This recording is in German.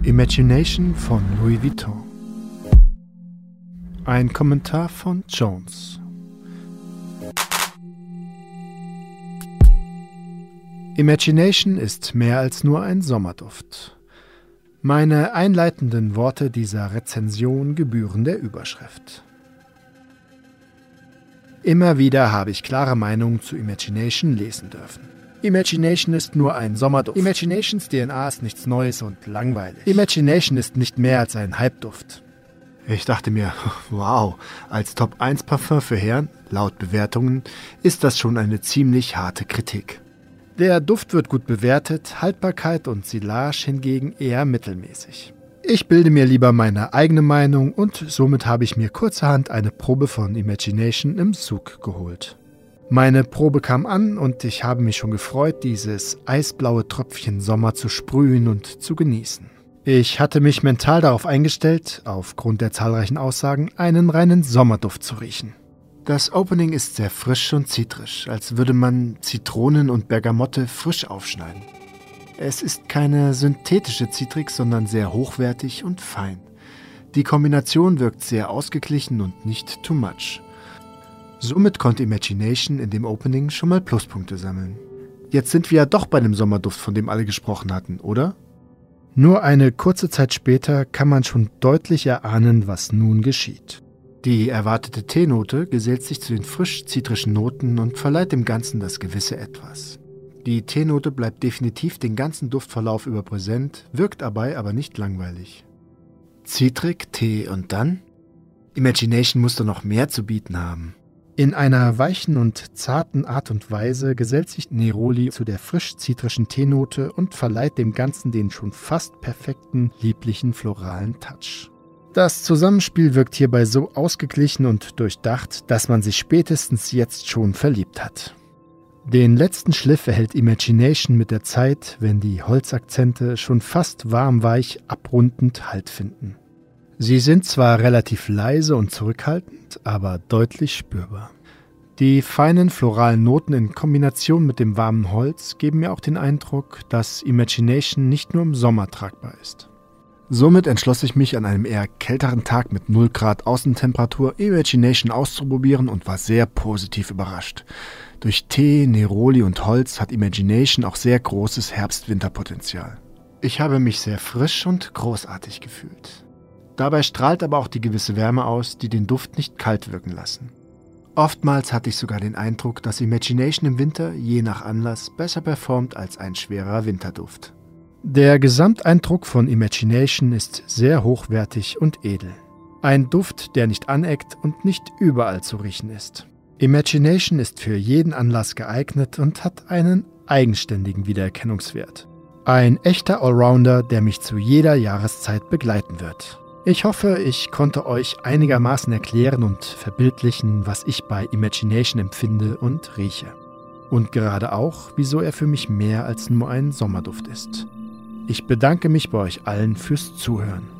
Imagination von Louis Vuitton. Ein Kommentar von Jones. Imagination ist mehr als nur ein Sommerduft. Meine einleitenden Worte dieser Rezension gebühren der Überschrift. Immer wieder habe ich klare Meinungen zu Imagination lesen dürfen. Imagination ist nur ein Sommerduft. Imaginations DNA ist nichts Neues und langweilig. Imagination ist nicht mehr als ein Hype-Duft. Ich dachte mir, wow, als Top 1 Parfum für Herren, laut Bewertungen, ist das schon eine ziemlich harte Kritik. Der Duft wird gut bewertet, Haltbarkeit und Silage hingegen eher mittelmäßig. Ich bilde mir lieber meine eigene Meinung und somit habe ich mir kurzerhand eine Probe von Imagination im Zug geholt. Meine Probe kam an und ich habe mich schon gefreut, dieses eisblaue Tröpfchen Sommer zu sprühen und zu genießen. Ich hatte mich mental darauf eingestellt, aufgrund der zahlreichen Aussagen, einen reinen Sommerduft zu riechen. Das Opening ist sehr frisch und zitrisch, als würde man Zitronen und Bergamotte frisch aufschneiden. Es ist keine synthetische Zitrik, sondern sehr hochwertig und fein. Die Kombination wirkt sehr ausgeglichen und nicht too much. Somit konnte Imagination in dem Opening schon mal Pluspunkte sammeln. Jetzt sind wir ja doch bei dem Sommerduft, von dem alle gesprochen hatten, oder? Nur eine kurze Zeit später kann man schon deutlich erahnen, was nun geschieht. Die erwartete Teenote gesellt sich zu den frisch-zitrischen Noten und verleiht dem Ganzen das gewisse Etwas. Die Teenote bleibt definitiv den ganzen Duftverlauf über präsent, wirkt dabei aber nicht langweilig. Zitrik, Tee und dann? Imagination muss doch noch mehr zu bieten haben. In einer weichen und zarten Art und Weise gesellt sich Neroli zu der frisch-zitrischen Teenote und verleiht dem Ganzen den schon fast perfekten, lieblichen floralen Touch. Das Zusammenspiel wirkt hierbei so ausgeglichen und durchdacht, dass man sich spätestens jetzt schon verliebt hat. Den letzten Schliff erhält Imagination mit der Zeit, wenn die Holzakzente schon fast warm-weich abrundend Halt finden. Sie sind zwar relativ leise und zurückhaltend, aber deutlich spürbar. Die feinen floralen Noten in Kombination mit dem warmen Holz geben mir auch den Eindruck, dass Imagination nicht nur im Sommer tragbar ist. Somit entschloss ich mich an einem eher kälteren Tag mit 0 Grad Außentemperatur Imagination auszuprobieren und war sehr positiv überrascht. Durch Tee, Neroli und Holz hat Imagination auch sehr großes Herbst-Winter-Potenzial. Ich habe mich sehr frisch und großartig gefühlt. Dabei strahlt aber auch die gewisse Wärme aus, die den Duft nicht kalt wirken lassen. Oftmals hatte ich sogar den Eindruck, dass Imagination im Winter, je nach Anlass, besser performt als ein schwerer Winterduft. Der Gesamteindruck von Imagination ist sehr hochwertig und edel. Ein Duft, der nicht aneckt und nicht überall zu riechen ist. Imagination ist für jeden Anlass geeignet und hat einen eigenständigen Wiedererkennungswert. Ein echter Allrounder, der mich zu jeder Jahreszeit begleiten wird. Ich hoffe, ich konnte euch einigermaßen erklären und verbildlichen, was ich bei Imagination empfinde und rieche. Und gerade auch, wieso er für mich mehr als nur ein Sommerduft ist. Ich bedanke mich bei euch allen fürs Zuhören.